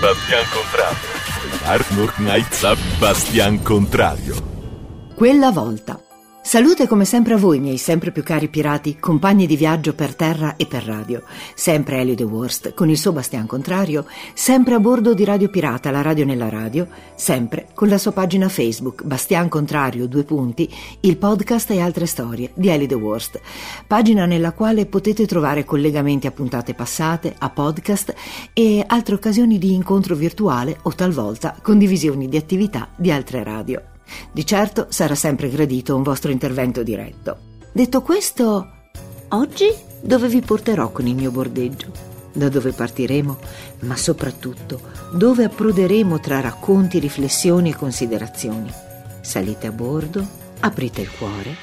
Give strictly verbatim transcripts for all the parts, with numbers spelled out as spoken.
Bastian Contrario. Arnold Knight Bastian Contrario. Quella volta. Salute come sempre a voi, miei sempre più cari pirati, compagni di viaggio per terra e per radio. Sempre Elio The Worst con il suo Bastian Contrario, sempre a bordo di Radio Pirata, la radio nella radio, sempre con la sua pagina Facebook Bastian Contrario, due punti, il podcast e altre storie di Elio The Worst, pagina nella quale potete trovare collegamenti a puntate passate, a podcast e altre occasioni di incontro virtuale o talvolta condivisioni di attività di altre radio. Di certo sarà sempre gradito un vostro intervento diretto. Detto questo, oggi dove vi porterò con il mio bordeggio? Da dove partiremo? Ma soprattutto dove approderemo tra racconti, riflessioni e considerazioni? Salite a bordo, aprite il cuore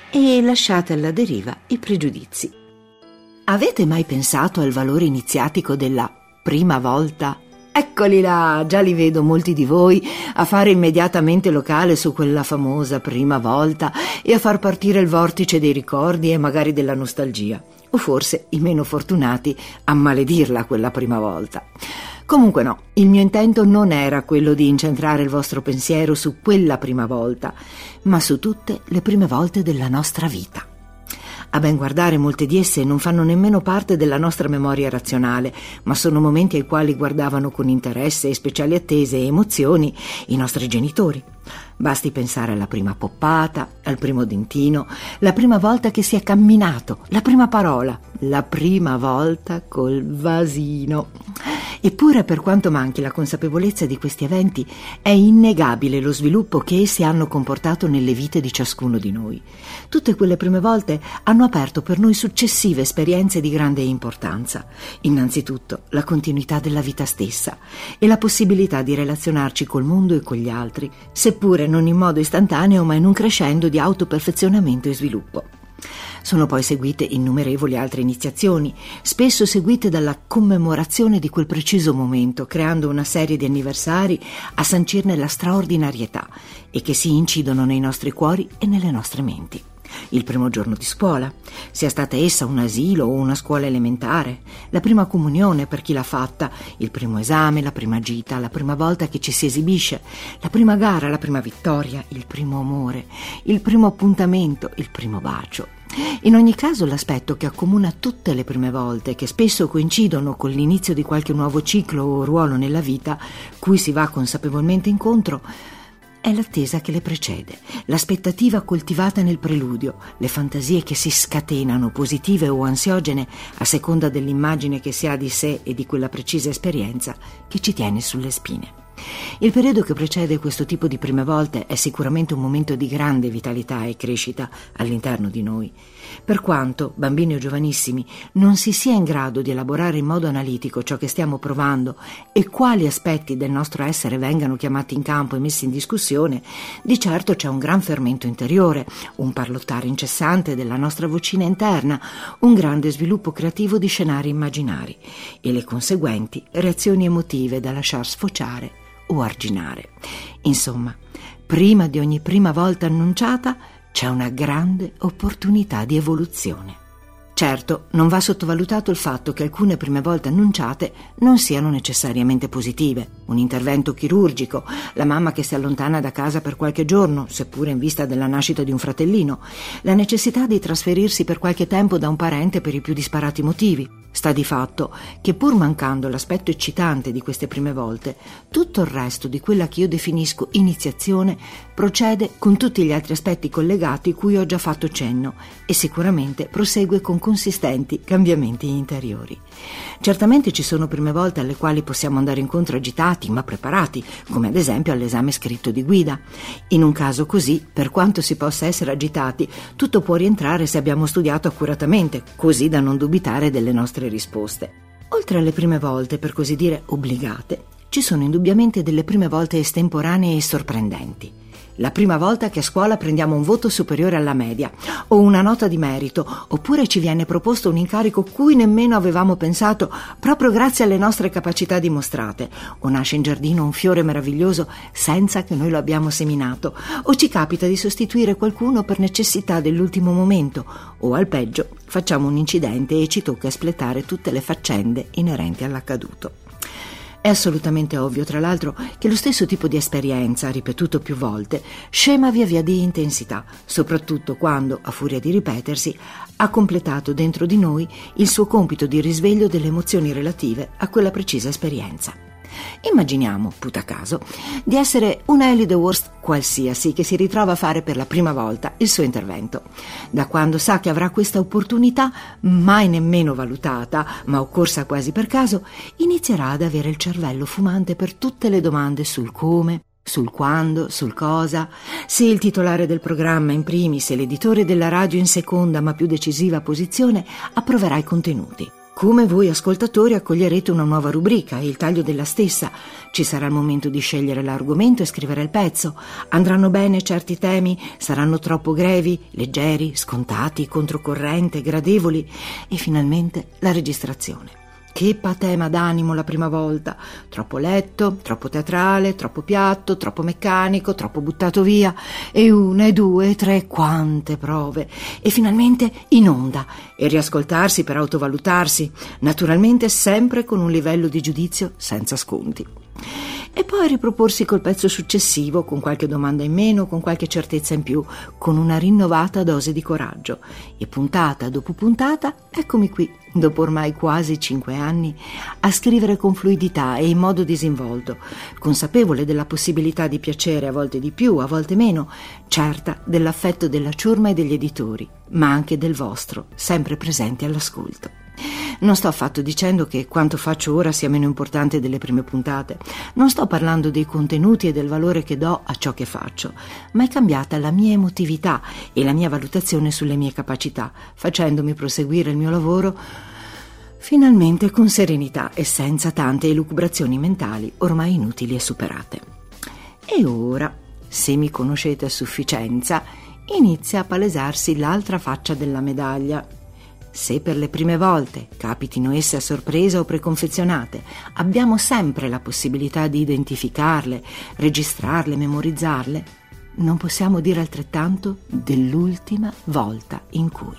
e lasciate alla deriva i pregiudizi. Avete mai pensato al valore iniziatico della prima volta? Eccoli là, già li vedo molti di voi a fare immediatamente locale su quella famosa prima volta e a far partire il vortice dei ricordi e magari della nostalgia, o forse i meno fortunati a maledirla quella prima volta. Comunque no, il mio intento non era quello di incentrare il vostro pensiero su quella prima volta, ma su tutte le prime volte della nostra vita. A ben guardare, molte di esse non fanno nemmeno parte della nostra memoria razionale, ma sono momenti ai quali guardavano con interesse e speciali attese e emozioni i nostri genitori. Basti pensare alla prima poppata, al primo dentino, la prima volta che si è camminato, la prima parola, la prima volta col vasino. Eppure, per quanto manchi la consapevolezza di questi eventi, è innegabile lo sviluppo che essi hanno comportato nelle vite di ciascuno di noi. Tutte quelle prime volte hanno aperto per noi successive esperienze di grande importanza. Innanzitutto la continuità della vita stessa e la possibilità di relazionarci col mondo e con gli altri, seppure non in modo istantaneo ma in un crescendo di autoperfezionamento e sviluppo. Sono poi seguite innumerevoli altre iniziazioni, spesso seguite dalla commemorazione di quel preciso momento, creando una serie di anniversari a sancirne la straordinarietà e che si incidono nei nostri cuori e nelle nostre menti. Il primo giorno di scuola, sia stata essa un asilo o una scuola elementare, la prima comunione per chi l'ha fatta, il primo esame, la prima gita, la prima volta che ci si esibisce, la prima gara, la prima vittoria, il primo amore, il primo appuntamento, il primo bacio. In ogni caso l'aspetto che accomuna tutte le prime volte, che spesso coincidono con l'inizio di qualche nuovo ciclo o ruolo nella vita, cui si va consapevolmente incontro, è l'attesa che le precede, l'aspettativa coltivata nel preludio, le fantasie che si scatenano, positive o ansiogene, a seconda dell'immagine che si ha di sé e di quella precisa esperienza che ci tiene sulle spine. Il periodo che precede questo tipo di prime volte è sicuramente un momento di grande vitalità e crescita all'interno di noi. Per quanto, bambini o giovanissimi, non si sia in grado di elaborare in modo analitico ciò che stiamo provando e quali aspetti del nostro essere vengano chiamati in campo e messi in discussione, di certo c'è un gran fermento interiore, un parlottare incessante della nostra vocina interna, un grande sviluppo creativo di scenari immaginari e le conseguenti reazioni emotive da lasciar sfociare o arginare. Insomma, prima di ogni prima volta annunciata c'è una grande opportunità di evoluzione. Certo, non va sottovalutato il fatto che alcune prime volte annunciate non siano necessariamente positive. Un intervento chirurgico, la mamma che si allontana da casa per qualche giorno, seppure in vista della nascita di un fratellino, la necessità di trasferirsi per qualche tempo da un parente per i più disparati motivi. Sta di fatto che, pur mancando l'aspetto eccitante di queste prime volte, tutto il resto di quella che io definisco iniziazione procede con tutti gli altri aspetti collegati cui ho già fatto cenno e sicuramente prosegue con consistenti cambiamenti interiori. Certamente ci sono prime volte alle quali possiamo andare incontro agitati ma preparati, come ad esempio all'esame scritto di guida. In un caso così, per quanto si possa essere agitati, tutto può rientrare se abbiamo studiato accuratamente, così da non dubitare delle nostre risposte. Oltre alle prime volte, per così dire, obbligate, ci sono indubbiamente delle prime volte estemporanee e sorprendenti. La prima volta che a scuola prendiamo un voto superiore alla media o una nota di merito, oppure ci viene proposto un incarico cui nemmeno avevamo pensato proprio grazie alle nostre capacità dimostrate, o nasce in giardino un fiore meraviglioso senza che noi lo abbiamo seminato, o ci capita di sostituire qualcuno per necessità dell'ultimo momento, o al peggio facciamo un incidente e ci tocca espletare tutte le faccende inerenti all'accaduto. È assolutamente ovvio, tra l'altro, che lo stesso tipo di esperienza, ripetuto più volte, scema via via di intensità, soprattutto quando, a furia di ripetersi, ha completato dentro di noi il suo compito di risveglio delle emozioni relative a quella precisa esperienza. Immaginiamo, putacaso, di essere una Ellie the Worst qualsiasi che si ritrova a fare per la prima volta il suo intervento. Da quando sa che avrà questa opportunità, mai nemmeno valutata, ma occorsa quasi per caso, inizierà ad avere il cervello fumante per tutte le domande sul come, sul quando, sul cosa, se il titolare del programma in primis e l'editore della radio in seconda ma più decisiva posizione approverà i contenuti. Come voi ascoltatori accoglierete una nuova rubrica e il taglio della stessa. Ci sarà il momento di scegliere l'argomento e scrivere il pezzo. Andranno bene certi temi? Saranno troppo grevi, leggeri, scontati, controcorrente, gradevoli? E finalmente la registrazione. Che patema d'animo la prima volta, troppo letto, troppo teatrale, troppo piatto, troppo meccanico, troppo buttato via, e una, e due, e tre, quante prove, e finalmente in onda, e riascoltarsi per autovalutarsi, naturalmente sempre con un livello di giudizio senza sconti. E poi riproporsi col pezzo successivo, con qualche domanda in meno, con qualche certezza in più, con una rinnovata dose di coraggio. E puntata dopo puntata, eccomi qui, dopo ormai quasi cinque anni, a scrivere con fluidità e in modo disinvolto, consapevole della possibilità di piacere a volte di più, a volte meno, certa dell'affetto della ciurma e degli editori, ma anche del vostro, sempre presenti all'ascolto. Non sto affatto dicendo che quanto faccio ora sia meno importante delle prime puntate. Non sto parlando dei contenuti e del valore che do a ciò che faccio, ma è cambiata la mia emotività e la mia valutazione sulle mie capacità, facendomi proseguire il mio lavoro finalmente con serenità e senza tante elucubrazioni mentali ormai inutili e superate. E ora, se mi conoscete a sufficienza, inizia a palesarsi l'altra faccia della medaglia. Se per le prime volte, capitino esse a sorpresa o preconfezionate, abbiamo sempre la possibilità di identificarle, registrarle, memorizzarle, non possiamo dire altrettanto dell'ultima volta in cui.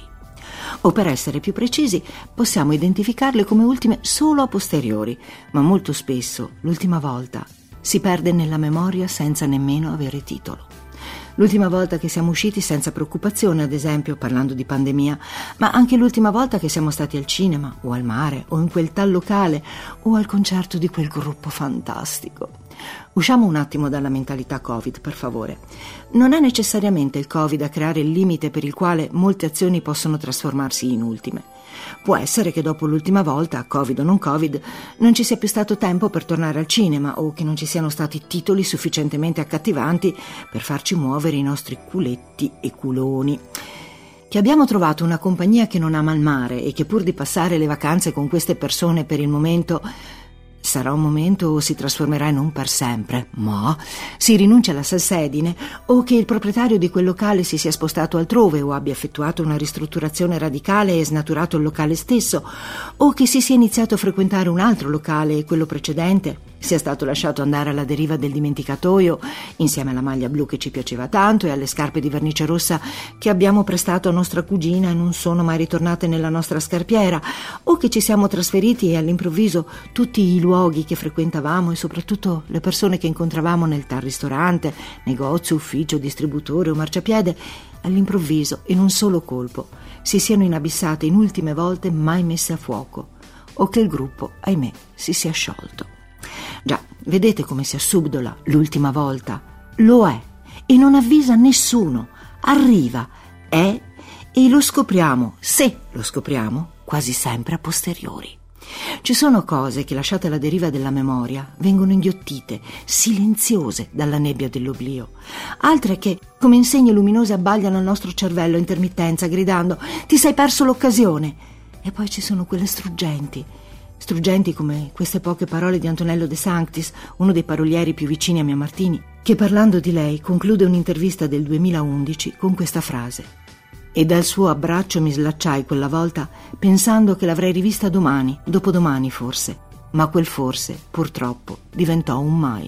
O per essere più precisi, possiamo identificarle come ultime solo a posteriori, ma molto spesso l'ultima volta si perde nella memoria senza nemmeno avere titolo. L'ultima volta che siamo usciti senza preoccupazione, ad esempio, parlando di pandemia, ma anche l'ultima volta che siamo stati al cinema, o al mare, o in quel tal locale, o al concerto di quel gruppo fantastico. Usciamo un attimo dalla mentalità Covid, per favore. Non è necessariamente il Covid a creare il limite per il quale molte azioni possono trasformarsi in ultime. Può essere che dopo l'ultima volta, Covid o non Covid, non ci sia più stato tempo per tornare al cinema o che non ci siano stati titoli sufficientemente accattivanti per farci muovere i nostri culetti e culoni. Che abbiamo trovato una compagnia che non ama il mare e che pur di passare le vacanze con queste persone per il momento... Sarà un momento o si trasformerà in un per sempre, ma si rinuncia alla salsedine, o che il proprietario di quel locale si sia spostato altrove o abbia effettuato una ristrutturazione radicale e snaturato il locale stesso, o che si sia iniziato a frequentare un altro locale e quello precedente sia stato lasciato andare alla deriva del dimenticatoio insieme alla maglia blu che ci piaceva tanto e alle scarpe di vernice rossa che abbiamo prestato a nostra cugina e non sono mai ritornate nella nostra scarpiera, o che ci siamo trasferiti e all'improvviso tutti i luoghi che frequentavamo e soprattutto le persone che incontravamo nel tal ristorante, negozio, ufficio, distributore o marciapiede all'improvviso, in un solo colpo, si siano inabissate in ultime volte mai messe a fuoco, o che il gruppo, ahimè, si sia sciolto. Già, vedete come si assubdola l'ultima volta? Lo è, e non avvisa nessuno. Arriva, è, e lo scopriamo, se lo scopriamo, quasi sempre a posteriori. Ci sono cose che, lasciate alla deriva della memoria, vengono inghiottite, silenziose dalla nebbia dell'oblio. Altre che, come insegne luminose, abbagliano il nostro cervello a intermittenza, gridando «Ti sei perso l'occasione!» E poi ci sono quelle struggenti, struggenti come queste poche parole di Antonello De Sanctis, uno dei parolieri più vicini a Mia Martini, che parlando di lei conclude un'intervista del duemilaundici con questa frase: «E dal suo abbraccio mi slacciai quella volta pensando che l'avrei rivista domani, dopodomani forse, ma quel forse, purtroppo, diventò un mai».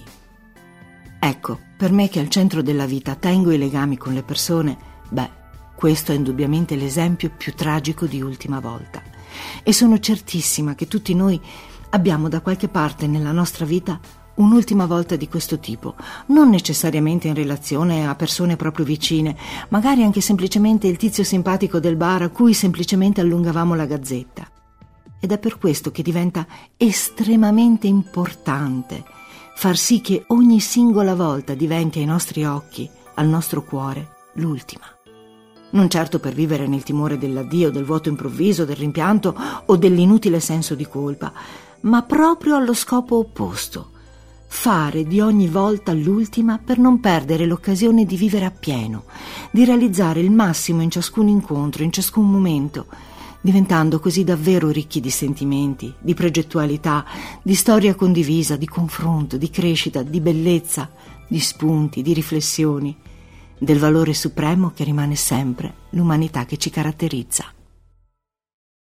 Ecco, per me che al centro della vita tengo i legami con le persone, beh, questo è indubbiamente l'esempio più tragico di ultima volta. E sono certissima che tutti noi abbiamo da qualche parte nella nostra vita un'ultima volta di questo tipo, non necessariamente in relazione a persone proprio vicine, magari anche semplicemente il tizio simpatico del bar a cui semplicemente allungavamo la gazzetta. Ed è per questo che diventa estremamente importante far sì che ogni singola volta diventi ai nostri occhi, al nostro cuore, l'ultima. Non certo per vivere nel timore dell'addio, del vuoto improvviso, del rimpianto o dell'inutile senso di colpa, ma proprio allo scopo opposto: fare di ogni volta l'ultima per non perdere l'occasione di vivere appieno, di realizzare il massimo in ciascun incontro, in ciascun momento, diventando così davvero ricchi di sentimenti, di progettualità, di storia condivisa, di confronto, di crescita, di bellezza, di spunti, di riflessioni, del valore supremo che rimane sempre l'umanità che ci caratterizza.